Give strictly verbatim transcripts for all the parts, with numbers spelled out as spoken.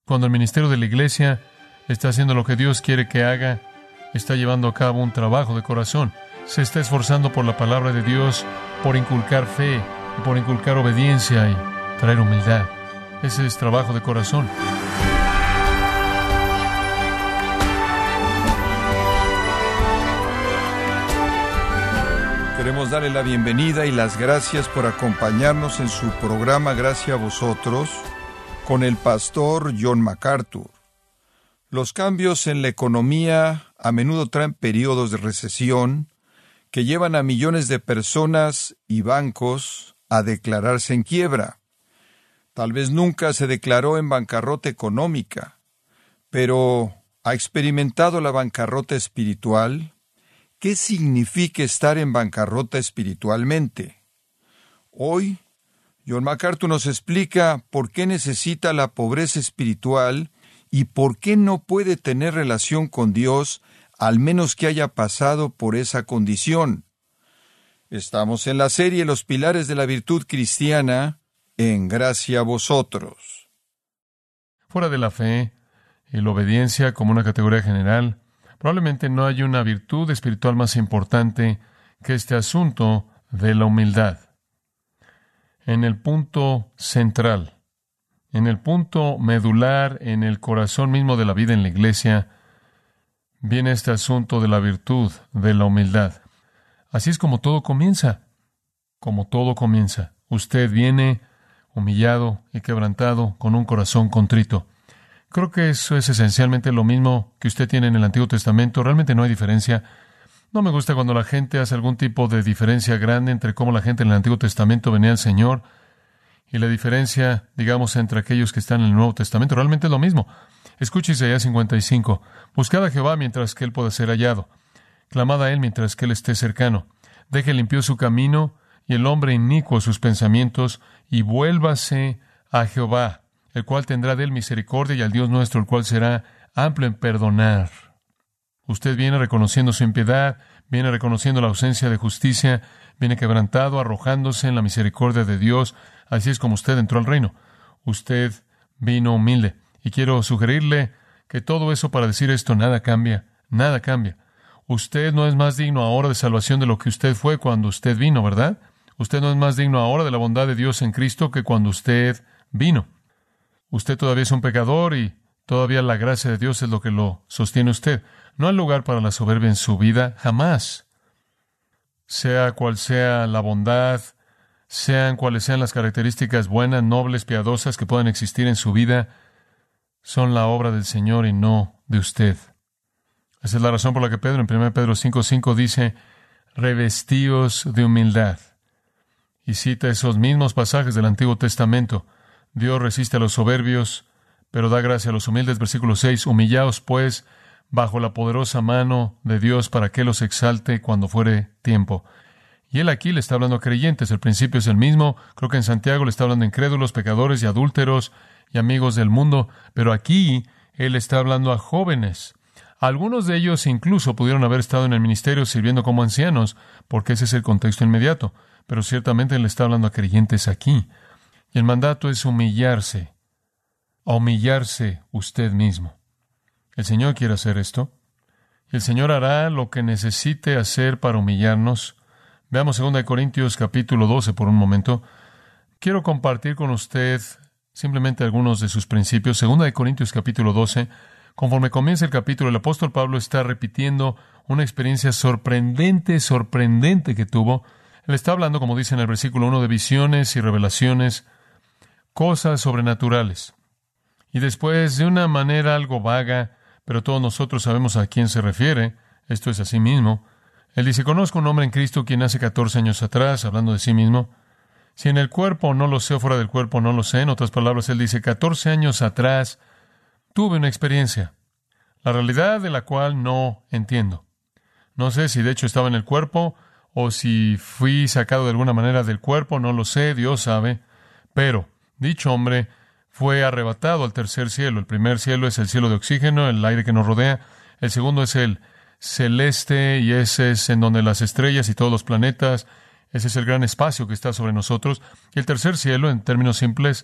Cuando el ministerio de la iglesia está haciendo lo que Dios quiere que haga, está llevando a cabo un trabajo de corazón. Se está esforzando por la palabra de Dios, por inculcar fe, y por inculcar obediencia y traer humildad. Ese es trabajo de corazón. Queremos darle la bienvenida y las gracias por acompañarnos en su programa Gracias a Vosotros con el pastor John MacArthur. Los cambios en la economía a menudo traen periodos de recesión que llevan a millones de personas y bancos a declararse en quiebra. Tal vez nunca se declaró en bancarrota económica, pero ¿ha experimentado la bancarrota espiritual? ¿Qué significa estar en bancarrota espiritualmente? Hoy, John MacArthur nos explica por qué necesita la pobreza espiritual y por qué no puede tener relación con Dios al menos que haya pasado por esa condición. Estamos en la serie Los Pilares de la Virtud Cristiana, en Gracia a Vosotros. Fuera de la fe y la obediencia como una categoría general, probablemente no hay una virtud espiritual más importante que este asunto de la humildad. En el punto central, en el punto medular, en el corazón mismo de la vida en la iglesia, viene este asunto de la virtud de la humildad. Así es como todo comienza. Como todo comienza. Usted viene humillado y quebrantado con un corazón contrito. Creo que eso es esencialmente lo mismo que usted tiene en el Antiguo Testamento. Realmente no hay diferencia. No me gusta cuando la gente hace algún tipo de diferencia grande entre cómo la gente en el Antiguo Testamento venía al Señor y la diferencia, digamos, entre aquellos que están en el Nuevo Testamento. Realmente es lo mismo. Escuche Isaías cincuenta y cinco. Buscad a Jehová mientras que Él pueda ser hallado. Clamad a Él mientras que Él esté cercano. Deje limpio su camino y el hombre inicuo sus pensamientos y vuélvase a Jehová, el cual tendrá de Él misericordia, y al Dios nuestro, el cual será amplio en perdonar. Usted viene reconociendo su impiedad, viene reconociendo la ausencia de justicia, viene quebrantado, arrojándose en la misericordia de Dios. Así es como usted entró al reino. Usted vino humilde. Y quiero sugerirle que todo eso para decir esto, nada cambia, nada cambia. Usted no es más digno ahora de salvación de lo que usted fue cuando usted vino, ¿verdad? Usted no es más digno ahora de la bondad de Dios en Cristo que cuando usted vino. Usted todavía es un pecador y todavía la gracia de Dios es lo que lo sostiene usted. No hay lugar para la soberbia en su vida, jamás. Sea cual sea la bondad, sean cuales sean las características buenas, nobles, piadosas que puedan existir en su vida, son la obra del Señor y no de usted. Esa es la razón por la que Pedro en primera Pedro cinco cinco dice, revestíos de humildad. Y cita esos mismos pasajes del Antiguo Testamento. Dios resiste a los soberbios, pero da gracia a los humildes. Versículo seis, humillaos pues bajo la poderosa mano de Dios para que los exalte cuando fuere tiempo. Y él aquí le está hablando a creyentes. El principio es el mismo. Creo que en Santiago le está hablando a incrédulos, pecadores y adúlteros y amigos del mundo. Pero aquí él está hablando a jóvenes. Algunos de ellos incluso pudieron haber estado en el ministerio sirviendo como ancianos, porque ese es el contexto inmediato. Pero ciertamente él está hablando a creyentes aquí. Y el mandato es humillarse, a humillarse usted mismo. El Señor quiere hacer esto. Y el Señor hará lo que necesite hacer para humillarnos. Veamos segunda de Corintios capítulo doce por un momento. Quiero compartir con usted simplemente algunos de sus principios. segunda de Corintios capítulo doce. Conforme comienza el capítulo, el apóstol Pablo está repitiendo una experiencia sorprendente, sorprendente que tuvo. Él está hablando, como dice en el versículo uno, de visiones y revelaciones, cosas sobrenaturales. Y después, de una manera algo vaga, pero todos nosotros sabemos a quién se refiere, esto es a sí mismo, él dice, conozco un hombre en Cristo quien hace catorce años atrás, hablando de sí mismo, si en el cuerpo no lo sé o fuera del cuerpo no lo sé, en otras palabras, él dice, catorce años atrás tuve una experiencia, la realidad de la cual no entiendo. No sé si de hecho estaba en el cuerpo o si fui sacado de alguna manera del cuerpo, no lo sé, Dios sabe, pero dicho hombre fue arrebatado al tercer cielo. El primer cielo es el cielo de oxígeno, el aire que nos rodea. El segundo es el celeste, y ese es en donde las estrellas y todos los planetas, ese es el gran espacio que está sobre nosotros. Y el tercer cielo, en términos simples,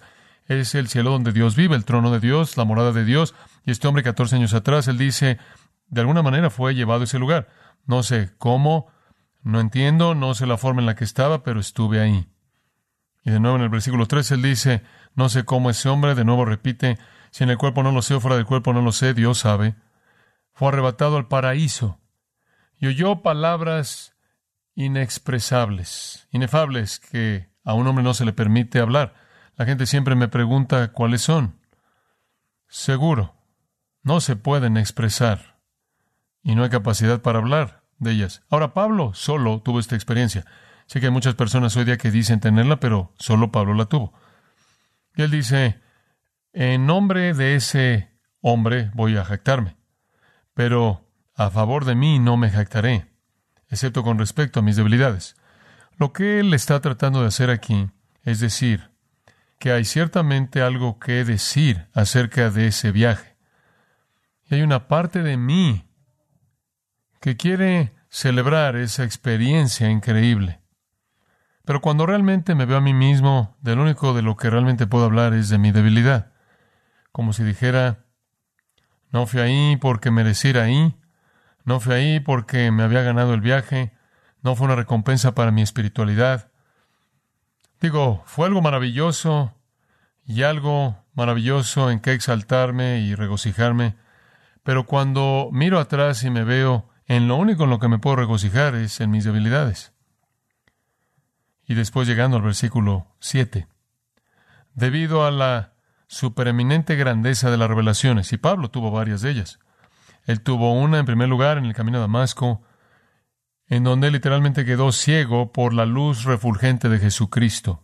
es el cielo donde Dios vive, el trono de Dios, la morada de Dios. Y este hombre, catorce años atrás, él dice, de alguna manera fue llevado a ese lugar. No sé cómo, no entiendo, no sé la forma en la que estaba, pero estuve ahí. Y de nuevo en el versículo tres, él dice, no sé cómo ese hombre, de nuevo repite, si en el cuerpo no lo sé o fuera del cuerpo no lo sé, Dios sabe, fue arrebatado al paraíso y oyó palabras inexpresables, inefables, que a un hombre no se le permite hablar. La gente siempre me pregunta cuáles son. Seguro, no se pueden expresar y no hay capacidad para hablar de ellas. Ahora, Pablo solo tuvo esta experiencia. Sé que hay muchas personas hoy día que dicen tenerla, pero solo Pablo la tuvo. Y él dice, en nombre de ese hombre voy a jactarme, pero a favor de mí no me jactaré, excepto con respecto a mis debilidades. Lo que él está tratando de hacer aquí es decir que hay ciertamente algo que decir acerca de ese viaje. Y hay una parte de mí que quiere celebrar esa experiencia increíble. Pero cuando realmente me veo a mí mismo, de lo único de lo que realmente puedo hablar es de mi debilidad. Como si dijera, no fui ahí porque merecí ir ahí, no fui ahí porque me había ganado el viaje, no fue una recompensa para mi espiritualidad. Digo, fue algo maravilloso y algo maravilloso en que exaltarme y regocijarme, pero cuando miro atrás y me veo, en lo único en lo que me puedo regocijar es en mis debilidades. Y después llegando al versículo siete, debido a la supereminente grandeza de las revelaciones, y Pablo tuvo varias de ellas. Él tuvo una, en primer lugar, en el camino a Damasco, en donde literalmente quedó ciego por la luz refulgente de Jesucristo.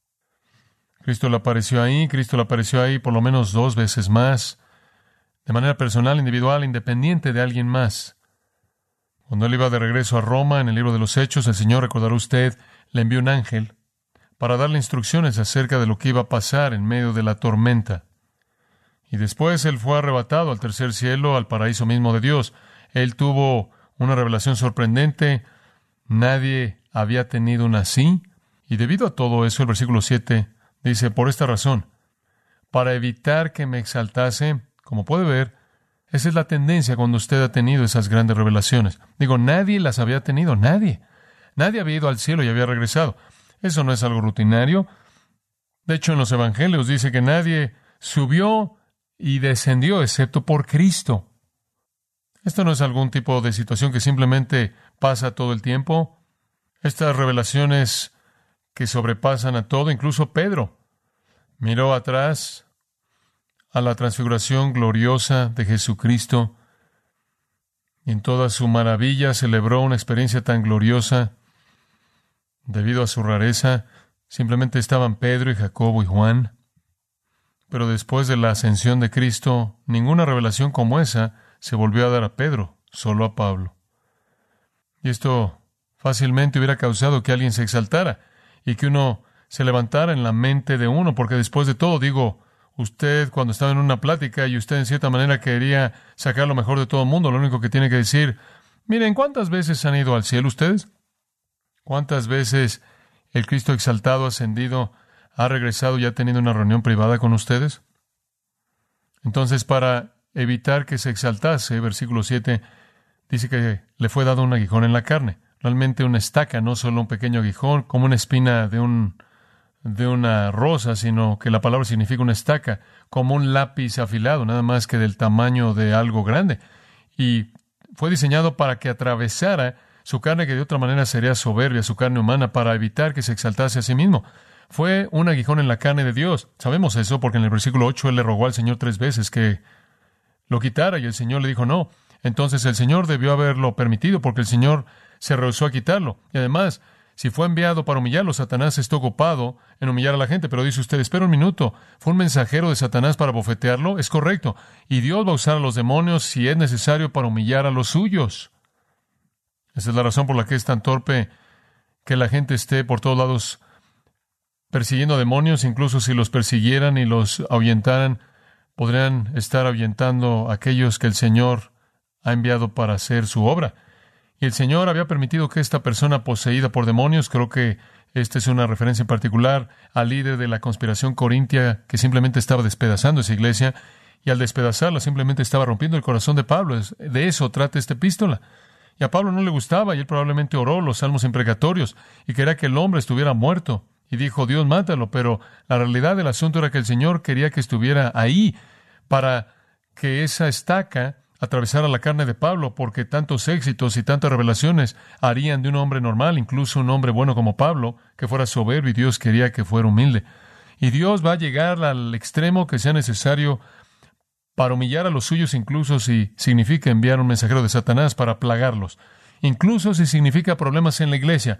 Cristo le apareció ahí, Cristo le apareció ahí por lo menos dos veces más, de manera personal, individual, independiente de alguien más. Cuando él iba de regreso a Roma, en el libro de los Hechos, el Señor, recordará usted, le envió un ángel para darle instrucciones acerca de lo que iba a pasar en medio de la tormenta. Y después él fue arrebatado al tercer cielo, al paraíso mismo de Dios. Él tuvo una revelación sorprendente. Nadie había tenido una así. Y debido a todo eso, el versículo siete dice, por esta razón, para evitar que me exaltase, como puede ver, esa es la tendencia cuando usted ha tenido esas grandes revelaciones. Digo, nadie las había tenido, nadie. Nadie había ido al cielo y había regresado. Eso no es algo rutinario. De hecho, en los evangelios dice que nadie subió y descendió excepto por Cristo. Esto no es algún tipo de situación que simplemente pasa todo el tiempo. Estas revelaciones que sobrepasan a todo, incluso Pedro miró atrás a la transfiguración gloriosa de Jesucristo y en toda su maravilla celebró una experiencia tan gloriosa. Debido a su rareza, simplemente estaban Pedro y Jacobo y Juan. Pero después de la ascensión de Cristo, ninguna revelación como esa se volvió a dar a Pedro, solo a Pablo. Y esto fácilmente hubiera causado que alguien se exaltara y que uno se levantara en la mente de uno, porque después de todo, digo, usted cuando estaba en una plática y usted en cierta manera quería sacar lo mejor de todo el mundo, lo único que tiene que decir, miren, ¿cuántas veces han ido al cielo ustedes? ¿Cuántas veces el Cristo exaltado, ascendido, ha regresado y ha tenido una reunión privada con ustedes? Entonces, para evitar que se exaltase, versículo siete, dice que le fue dado un aguijón en la carne. Realmente una estaca, no solo un pequeño aguijón, como una espina de un de una rosa, sino que la palabra significa una estaca, como un lápiz afilado, nada más que del tamaño de algo grande. Y fue diseñado para que atravesara su carne, que de otra manera sería soberbia, su carne humana, para evitar que se exaltase a sí mismo. Fue un aguijón en la carne de Dios. Sabemos eso porque en el versículo ocho él le rogó al Señor tres veces que lo quitara y el Señor le dijo no. Entonces el Señor debió haberlo permitido porque el Señor se rehusó a quitarlo. Y además, si fue enviado para humillarlo, Satanás está ocupado en humillar a la gente. Pero dice usted, espera un minuto, ¿fue un mensajero de Satanás para bofetearlo? Es correcto. Y Dios va a usar a los demonios si es necesario para humillar a los suyos. Esa es la razón por la que es tan torpe que la gente esté por todos lados persiguiendo demonios. Incluso si los persiguieran y los ahuyentaran, podrían estar ahuyentando a aquellos que el Señor ha enviado para hacer su obra. Y el Señor había permitido que esta persona poseída por demonios, creo que esta es una referencia en particular al líder de la conspiración corintia que simplemente estaba despedazando esa iglesia, y al despedazarla simplemente estaba rompiendo el corazón de Pablo. De eso trata esta epístola. Y a Pablo no le gustaba, y él probablemente oró los salmos imprecatorios y quería que el hombre estuviera muerto. Y dijo, Dios, mátalo. Pero la realidad del asunto era que el Señor quería que estuviera ahí para que esa estaca atravesara la carne de Pablo, porque tantos éxitos y tantas revelaciones harían de un hombre normal, incluso un hombre bueno como Pablo, que fuera soberbio, y Dios quería que fuera humilde. Y Dios va a llegar al extremo que sea necesario para humillar a los suyos, incluso si significa enviar un mensajero de Satanás para plagarlos, incluso si significa problemas en la iglesia.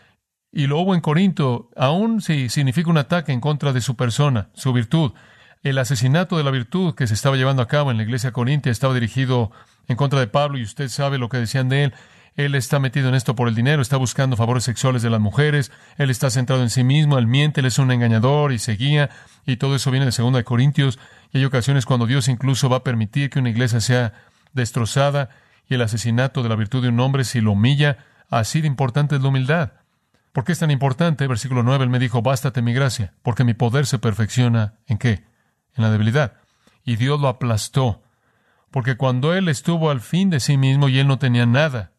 Y lo hubo en Corinto, aun si significa un ataque en contra de su persona, su virtud. El asesinato de la virtud que se estaba llevando a cabo en la iglesia corintia estaba dirigido en contra de Pablo, y usted sabe lo que decían de él. Él está metido en esto por el dinero, está buscando favores sexuales de las mujeres, él está centrado en sí mismo, él miente, él es un engañador y seguía, y todo eso viene de segunda de Corintios. Y hay ocasiones cuando Dios incluso va a permitir que una iglesia sea destrozada, y el asesinato de la virtud de un hombre, si lo humilla. Así de importante es la humildad. ¿Por qué es tan importante? Versículo nueve, él me dijo, bástate mi gracia, porque mi poder se perfecciona, ¿en qué? En la debilidad. Y Dios lo aplastó, porque cuando él estuvo al fin de sí mismo y él no tenía nada,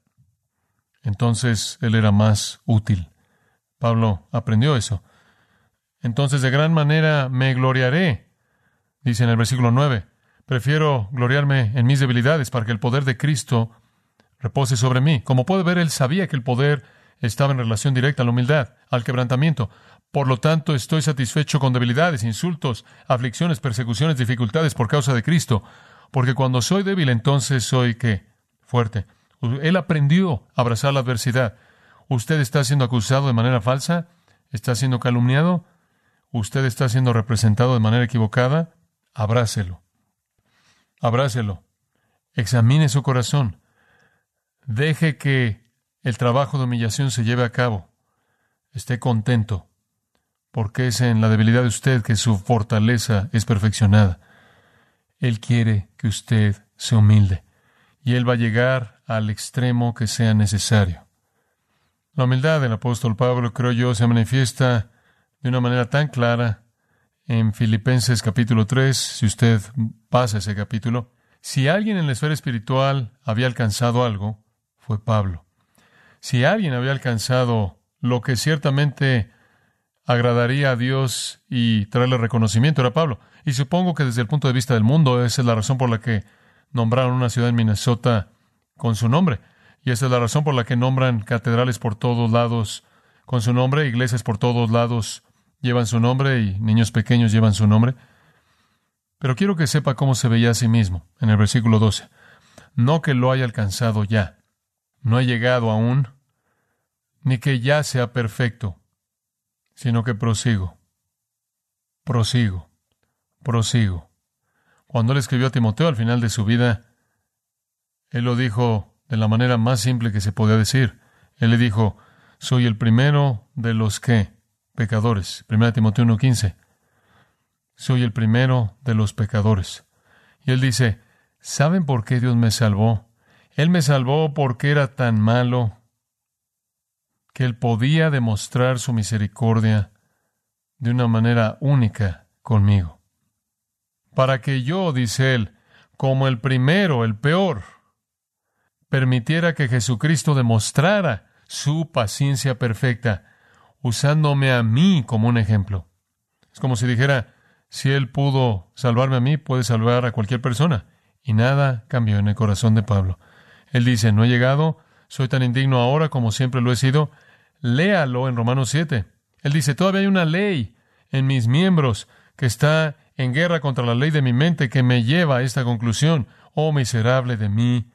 entonces él era más útil. Pablo aprendió eso. Entonces de gran manera me gloriaré, dice en el versículo nueve. Prefiero gloriarme en mis debilidades para que el poder de Cristo repose sobre mí. Como puede ver, él sabía que el poder estaba en relación directa a la humildad, al quebrantamiento. Por lo tanto, estoy satisfecho con debilidades, insultos, aflicciones, persecuciones, dificultades por causa de Cristo. Porque cuando soy débil, entonces soy, ¿qué? Fuerte. Él aprendió a abrazar la adversidad. ¿Usted está siendo acusado de manera falsa? ¿Está siendo calumniado? ¿Usted está siendo representado de manera equivocada? Abrácelo. Abrácelo. Examine su corazón. Deje que el trabajo de humillación se lleve a cabo. Esté contento, porque es en la debilidad de usted que su fortaleza es perfeccionada. Él quiere que usted se humilde, y Él va a llegar al extremo que sea necesario. La humildad del apóstol Pablo, creo yo, se manifiesta de una manera tan clara en Filipenses capítulo tres, si usted pasa ese capítulo. Si alguien en la esfera espiritual había alcanzado algo, fue Pablo. Si alguien había alcanzado lo que ciertamente agradaría a Dios y traerle reconocimiento, era Pablo. Y supongo que desde el punto de vista del mundo, esa es la razón por la que nombraron una ciudad en Minnesota con su nombre. Y esa es la razón por la que nombran catedrales por todos lados con su nombre, iglesias por todos lados llevan su nombre y niños pequeños llevan su nombre. Pero quiero que sepa cómo se veía a sí mismo en el versículo doce. No que lo haya alcanzado ya, no he llegado aún, ni que ya sea perfecto, sino que prosigo, prosigo, prosigo. Cuando él escribió a Timoteo al final de su vida, él lo dijo de la manera más simple que se podía decir. Él le dijo, soy el primero de los que, pecadores. Primera Timoteo uno quince. Soy el primero de los pecadores. Y él dice, ¿saben por qué Dios me salvó? Él me salvó porque era tan malo que Él podía demostrar su misericordia de una manera única conmigo. Para que yo, dice él, como el primero, el peor, permitiera que Jesucristo demostrara su paciencia perfecta, usándome a mí como un ejemplo. Es como si dijera, si Él pudo salvarme a mí, puede salvar a cualquier persona. Y nada cambió en el corazón de Pablo. Él dice, no he llegado, soy tan indigno ahora como siempre lo he sido. Léalo en Romanos siete. Él dice, todavía hay una ley en mis miembros que está en guerra contra la ley de mi mente que me lleva a esta conclusión. Oh, miserable de mí.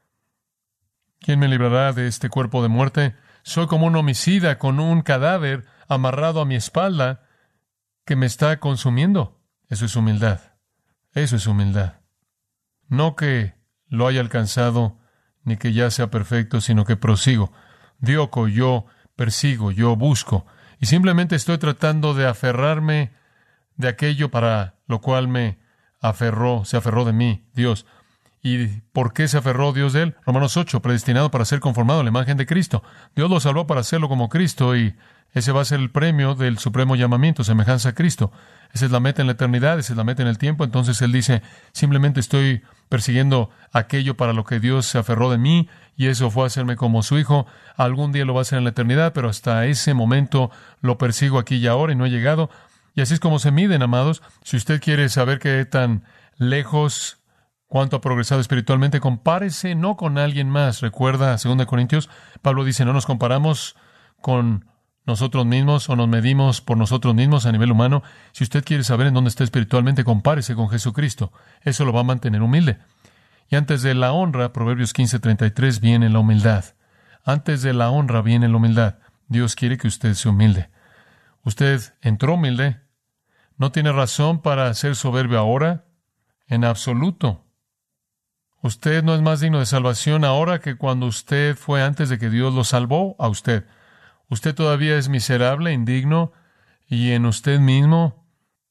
¿Quién me librará de este cuerpo de muerte? Soy como un homicida con un cadáver amarrado a mi espalda que me está consumiendo. Eso es humildad. Eso es humildad. No que lo haya alcanzado ni que ya sea perfecto, sino que prosigo. Dioco, yo persigo, yo busco. Y simplemente estoy tratando de aferrarme de aquello para lo cual me aferró, se aferró de mí, Dios. ¿Y por qué se aferró Dios de él? Romanos ocho, predestinado para ser conformado a la imagen de Cristo. Dios lo salvó para hacerlo como Cristo y ese va a ser el premio del supremo llamamiento, semejanza a Cristo. Esa es la meta en la eternidad, esa es la meta en el tiempo. Entonces Él dice, simplemente estoy persiguiendo aquello para lo que Dios se aferró de mí y eso fue hacerme como su hijo. Algún día lo va a hacer en la eternidad, pero hasta ese momento lo persigo aquí y ahora y no he llegado. Y así es como se miden, amados. Si usted quiere saber qué tan lejos, cuánto ha progresado espiritualmente, compárese no con alguien más. Recuerda, segunda Corintios, Pablo dice, no nos comparamos con nosotros mismos o nos medimos por nosotros mismos a nivel humano. Si usted quiere saber en dónde está espiritualmente, compárese con Jesucristo. Eso lo va a mantener humilde. Y antes de la honra, Proverbios quince treinta y tres, viene la humildad. Antes de la honra viene la humildad. Dios quiere que usted sea humilde. Usted entró humilde. No tiene razón para ser soberbio ahora, en absoluto. Usted no es más digno de salvación ahora que cuando usted fue antes de que Dios lo salvó a usted. Usted todavía es miserable, indigno, y en usted mismo,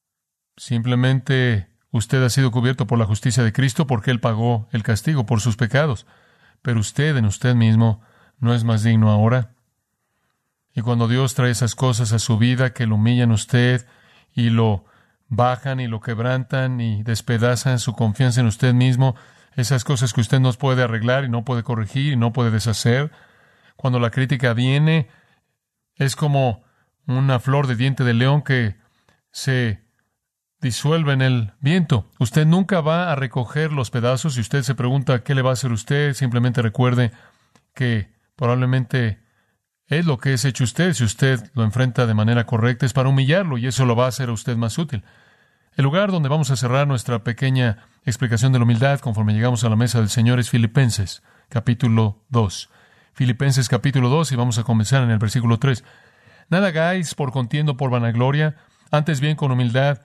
simplemente usted ha sido cubierto por la justicia de Cristo porque Él pagó el castigo por sus pecados. Pero usted en usted mismo no es más digno ahora. Y cuando Dios trae esas cosas a su vida que lo humillan a usted y lo bajan y lo quebrantan y despedazan su confianza en usted mismo, esas cosas que usted no puede arreglar y no puede corregir y no puede deshacer, cuando la crítica viene, es como una flor de diente de león que se disuelve en el viento. Usted nunca va a recoger los pedazos. Y usted se pregunta qué le va a hacer usted, simplemente recuerde que probablemente es lo que es hecho usted. Si usted lo enfrenta de manera correcta es para humillarlo y eso lo va a hacer a usted más útil. El lugar donde vamos a cerrar nuestra pequeña explicación de la humildad conforme llegamos a la mesa del Señor es Filipenses, capítulo dos. Filipenses capítulo dos, y vamos a comenzar en el versículo tres. Nada hagáis por contienda o por vanagloria, antes bien con humildad,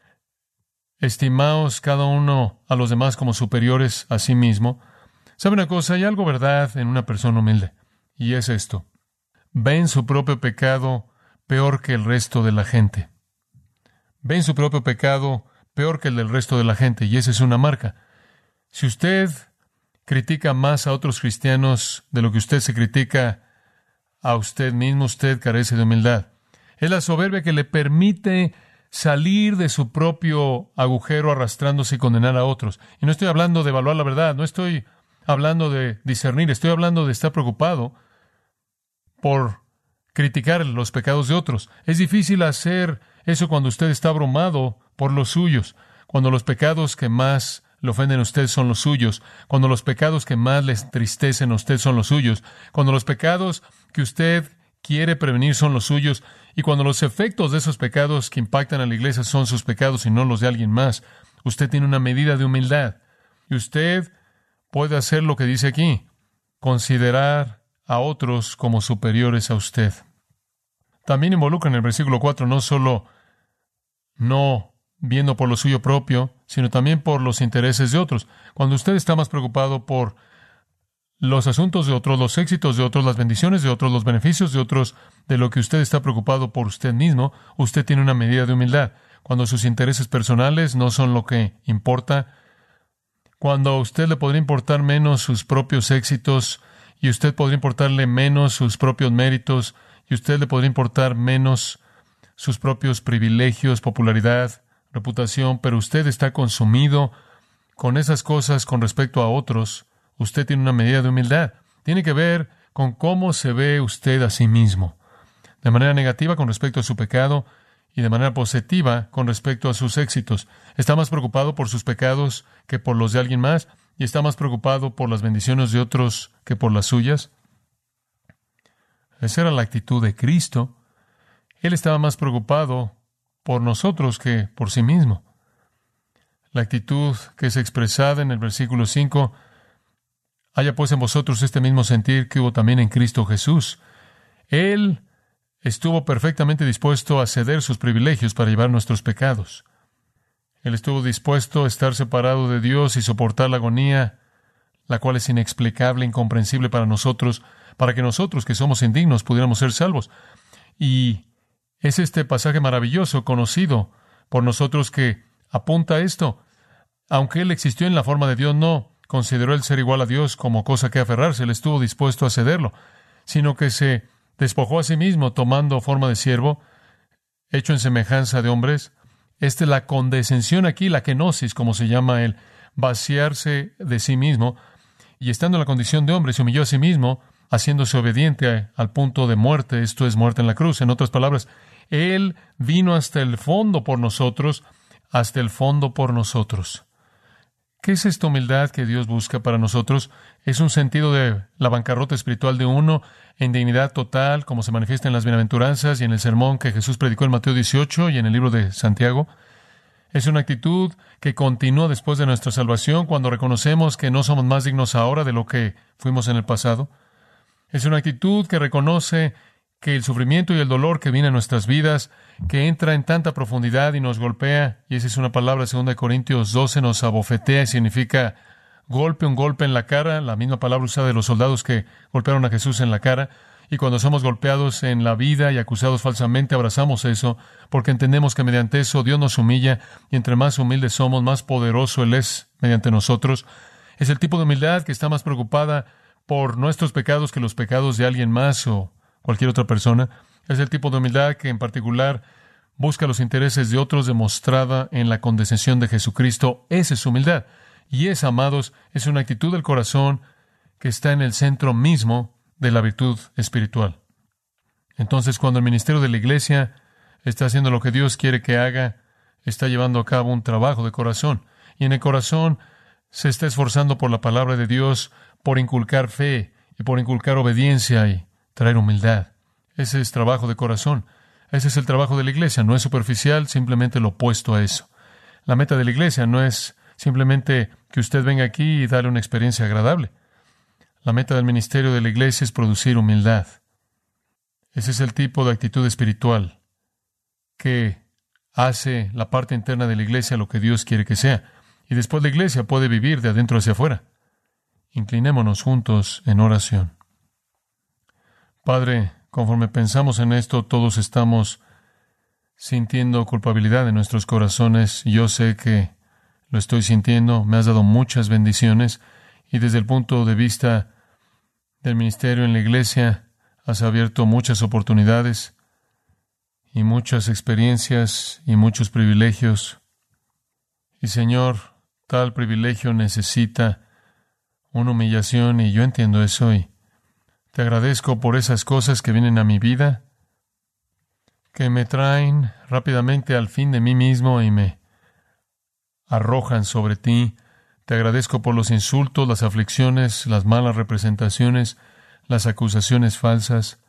estimaos cada uno a los demás como superiores a sí mismo. ¿Sabe una cosa? Hay algo verdad en una persona humilde, y es esto. Ven su propio pecado peor que el resto de la gente. Ven su propio pecado peor que el del resto de la gente, y esa es una marca. Si usted critica más a otros cristianos de lo que usted se critica a usted mismo, usted carece de humildad. Es la soberbia que le permite salir de su propio agujero arrastrándose y condenar a otros. Y no estoy hablando de evaluar la verdad, no estoy hablando de discernir, estoy hablando de estar preocupado por criticar los pecados de otros. Es difícil hacer eso cuando usted está abrumado por los suyos, cuando los pecados que más le ofenden a usted son los suyos, cuando los pecados que más le entristecen a usted son los suyos, cuando los pecados que usted quiere prevenir son los suyos, y cuando los efectos de esos pecados que impactan a la iglesia son sus pecados y no los de alguien más. Usted tiene una medida de humildad, y usted puede hacer lo que dice aquí, considerar a otros como superiores a usted. También involucra en el versículo cuatro no solo no viendo por lo suyo propio, sino también por los intereses de otros. Cuando usted está más preocupado por los asuntos de otros, los éxitos de otros, las bendiciones de otros, los beneficios de otros, de lo que usted está preocupado por usted mismo, usted tiene una medida de humildad. Cuando sus intereses personales no son lo que importa, cuando a usted le podría importar menos sus propios éxitos y usted podría importarle menos sus propios méritos y usted le podría importar menos sus propios privilegios, popularidad, reputación, pero usted está consumido con esas cosas con respecto a otros, usted tiene una medida de humildad. Tiene que ver con cómo se ve usted a sí mismo. De manera negativa con respecto a su pecado y de manera positiva con respecto a sus éxitos. Está más preocupado por sus pecados que por los de alguien más y está más preocupado por las bendiciones de otros que por las suyas. Esa era la actitud de Cristo. Él estaba más preocupado por nosotros que por sí mismo. La actitud que es expresada en el versículo cinco, haya pues en vosotros este mismo sentir que hubo también en Cristo Jesús. Él estuvo perfectamente dispuesto a ceder sus privilegios para llevar nuestros pecados. Él estuvo dispuesto a estar separado de Dios y soportar la agonía, la cual es inexplicable, incomprensible para nosotros, para que nosotros, que somos indignos, pudiéramos ser salvos. Y es este pasaje maravilloso, conocido por nosotros, que apunta a esto. Aunque Él existió en la forma de Dios, no consideró el ser igual a Dios como cosa que aferrarse. Él estuvo dispuesto a cederlo, sino que se despojó a sí mismo, tomando forma de siervo, hecho en semejanza de hombres. Esta es la condescensión aquí, la kenosis, como se llama el vaciarse de sí mismo, y estando en la condición de hombre, se humilló a sí mismo, haciéndose obediente al punto de muerte, esto es, muerte en la cruz. En otras palabras, Él vino hasta el fondo por nosotros, hasta el fondo por nosotros. ¿Qué es esta humildad que Dios busca para nosotros? Es un sentido de la bancarrota espiritual de uno en dignidad total, como se manifiesta en las bienaventuranzas y en el sermón que Jesús predicó en Mateo dieciocho y en el libro de Santiago. Es una actitud que continúa después de nuestra salvación, cuando reconocemos que no somos más dignos ahora de lo que fuimos en el pasado. Es una actitud que reconoce que el sufrimiento y el dolor que viene a nuestras vidas, que entra en tanta profundidad y nos golpea, y esa es una palabra, segunda de Corintios doce, nos abofetea y significa golpe, un golpe en la cara, la misma palabra usada de los soldados que golpearon a Jesús en la cara. Y cuando somos golpeados en la vida y acusados falsamente, abrazamos eso, porque entendemos que mediante eso Dios nos humilla, y entre más humildes somos, más poderoso Él es mediante nosotros. Es el tipo de humildad que está más preocupada por nuestros pecados que los pecados de alguien más o cualquier otra persona. Es el tipo de humildad que en particular busca los intereses de otros, demostrada en la condescensión de Jesucristo. Esa es humildad. Y esa, amados, es una actitud del corazón que está en el centro mismo de la virtud espiritual. Entonces, cuando el ministerio de la iglesia está haciendo lo que Dios quiere que haga, está llevando a cabo un trabajo de corazón. Y en el corazón se está esforzando por la palabra de Dios, por inculcar fe y por inculcar obediencia y traer humildad. Ese es trabajo de corazón. Ese es el trabajo de la iglesia. No es superficial, simplemente lo opuesto a eso. La meta de la iglesia no es simplemente que usted venga aquí y darle una experiencia agradable. La meta del ministerio de la iglesia es producir humildad. Ese es el tipo de actitud espiritual que hace la parte interna de la iglesia lo que Dios quiere que sea. Y después la iglesia puede vivir de adentro hacia afuera. Inclinémonos juntos en oración. Padre, conforme pensamos en esto, todos estamos sintiendo culpabilidad en nuestros corazones. Yo sé que lo estoy sintiendo. Me has dado muchas bendiciones. Y desde el punto de vista del ministerio en la iglesia, has abierto muchas oportunidades y muchas experiencias y muchos privilegios. Y Señor, tal privilegio necesita una humillación, y yo entiendo eso, y te agradezco por esas cosas que vienen a mi vida, que me traen rápidamente al fin de mí mismo y me arrojan sobre ti. Te agradezco por los insultos, las aflicciones, las malas representaciones, las acusaciones falsas.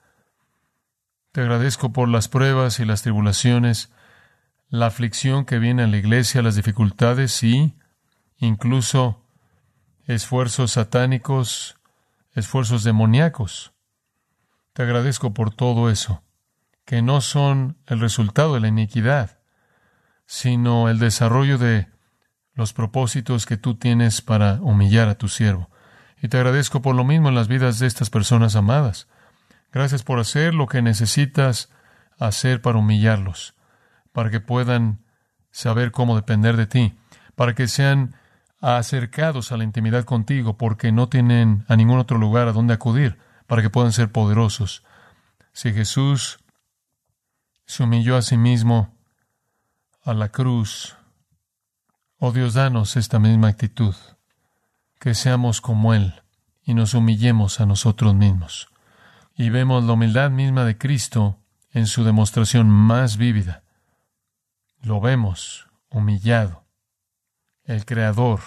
Te agradezco por las pruebas y las tribulaciones, la aflicción que viene a la iglesia, las dificultades y incluso esfuerzos satánicos, esfuerzos demoníacos. Te agradezco por todo eso, que no son el resultado de la iniquidad, sino el desarrollo de los propósitos que tú tienes para humillar a tu siervo. Y te agradezco por lo mismo en las vidas de estas personas amadas. Gracias por hacer lo que necesitas hacer para humillarlos, para que puedan saber cómo depender de ti, para que sean acercados a la intimidad contigo, porque no tienen a ningún otro lugar a donde acudir, para que puedan ser poderosos. Si Jesús se humilló a sí mismo a la cruz, oh Dios, danos esta misma actitud, que seamos como Él y nos humillemos a nosotros mismos. Y vemos la humildad misma de Cristo en su demostración más vívida. Lo vemos humillado. El Creador,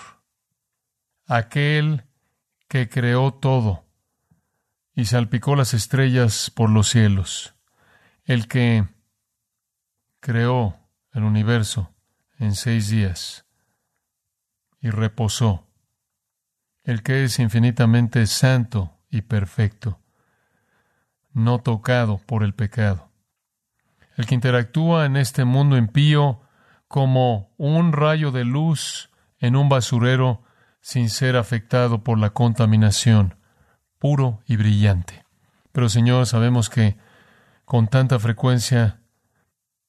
aquel que creó todo y salpicó las estrellas por los cielos, el que creó el universo en seis días y reposó, el que es infinitamente santo y perfecto, no tocado por el pecado, el que interactúa en este mundo impío como un rayo de luz en un basurero sin ser afectado por la contaminación, puro y brillante. Pero, Señor, sabemos que con tanta frecuencia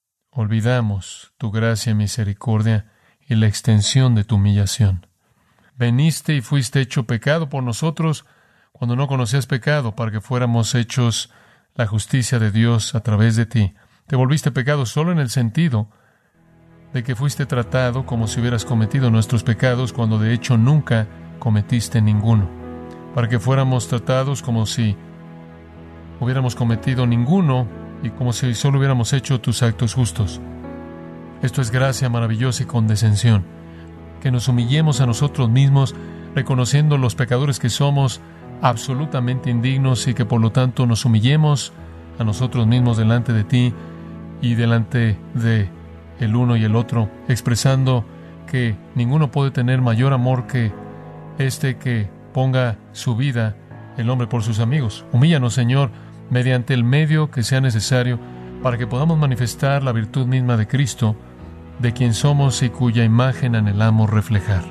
olvidamos tu gracia y misericordia y la extensión de tu humillación. veniste y fuiste hecho pecado por nosotros cuando no conocías pecado, para que fuéramos hechos la justicia de Dios a través de ti. Te volviste pecado solo en el sentido de que fuiste tratado como si hubieras cometido nuestros pecados, cuando de hecho nunca cometiste ninguno, para que fuéramos tratados como si hubiéramos cometido ninguno y como si solo hubiéramos hecho tus actos justos. Esto es gracia maravillosa y condescensión, que nos humillemos a nosotros mismos, reconociendo los pecadores que somos, absolutamente indignos, y que por lo tanto nos humillemos a nosotros mismos delante de ti y delante de el uno y el otro, expresando que ninguno puede tener mayor amor que este, que ponga su vida el hombre por sus amigos. Humíllanos, Señor, mediante el medio que sea necesario, para que podamos manifestar la virtud misma de Cristo, de quien somos y cuya imagen anhelamos reflejar.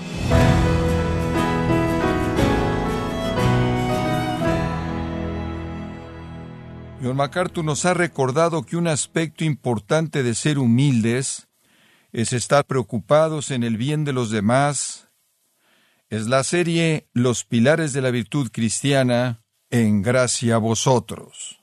John MacArthur nos ha recordado que un aspecto importante de ser humildes es estar preocupados en el bien de los demás. Es la serie Los Pilares de la Virtud Cristiana, en gracia a vosotros.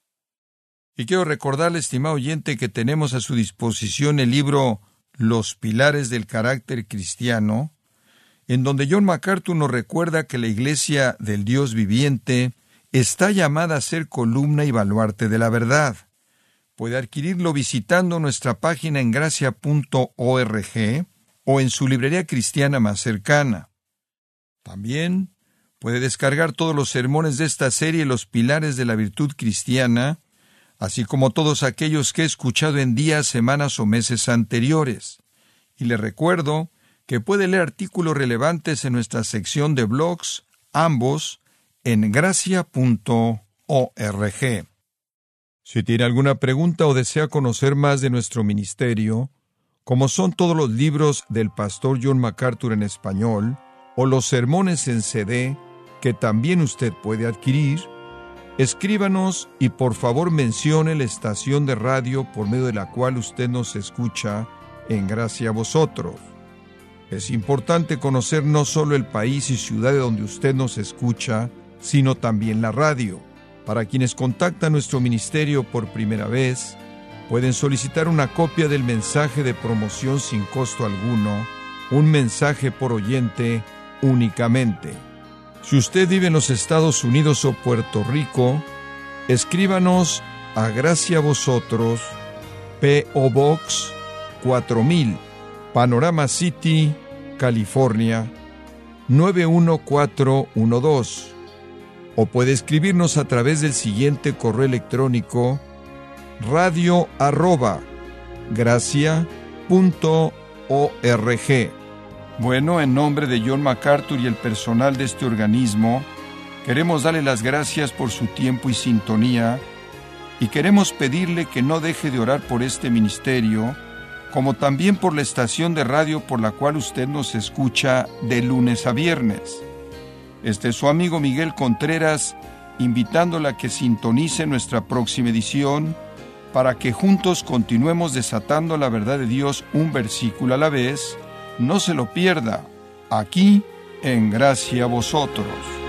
Y quiero recordarle, estimado oyente, que tenemos a su disposición el libro Los Pilares del Carácter Cristiano, en donde John MacArthur nos recuerda que la Iglesia del Dios viviente está llamada a ser columna y baluarte de la verdad. Puede adquirirlo visitando nuestra página en gracia punto org o en su librería cristiana más cercana. También puede descargar todos los sermones de esta serie, Los Pilares de la Virtud Cristiana, así como todos aquellos que he escuchado en días, semanas o meses anteriores. Y le recuerdo que puede leer artículos relevantes en nuestra sección de blogs, ambos en gracia punto org. Si tiene alguna pregunta o desea conocer más de nuestro ministerio, como son todos los libros del pastor John MacArthur en español, o los sermones en C D, que también usted puede adquirir, escríbanos y por favor mencione la estación de radio por medio de la cual usted nos escucha en gracia a vosotros. Es importante conocer no solo el país y ciudad de donde usted nos escucha, sino también la radio. Para quienes contactan nuestro ministerio por primera vez, pueden solicitar una copia del mensaje de promoción sin costo alguno, un mensaje por oyente únicamente. Si usted vive en los Estados Unidos o Puerto Rico, escríbanos a Gracia a Vosotros, P O Box cuatro mil, Panorama City, California, nueve uno cuatro uno dos. O puede escribirnos a través del siguiente correo electrónico: radio arroba gracia punto org. Bueno, en nombre de John MacArthur y el personal de este organismo, queremos darle las gracias por su tiempo y sintonía, y queremos pedirle que no deje de orar por este ministerio, como también por la estación de radio por la cual usted nos escucha de lunes a viernes. Este es su amigo Miguel Contreras, invitándola a que sintonice nuestra próxima edición, para que juntos continuemos desatando la verdad de Dios un versículo a la vez. No se lo pierda, aquí en Gracia a Vosotros.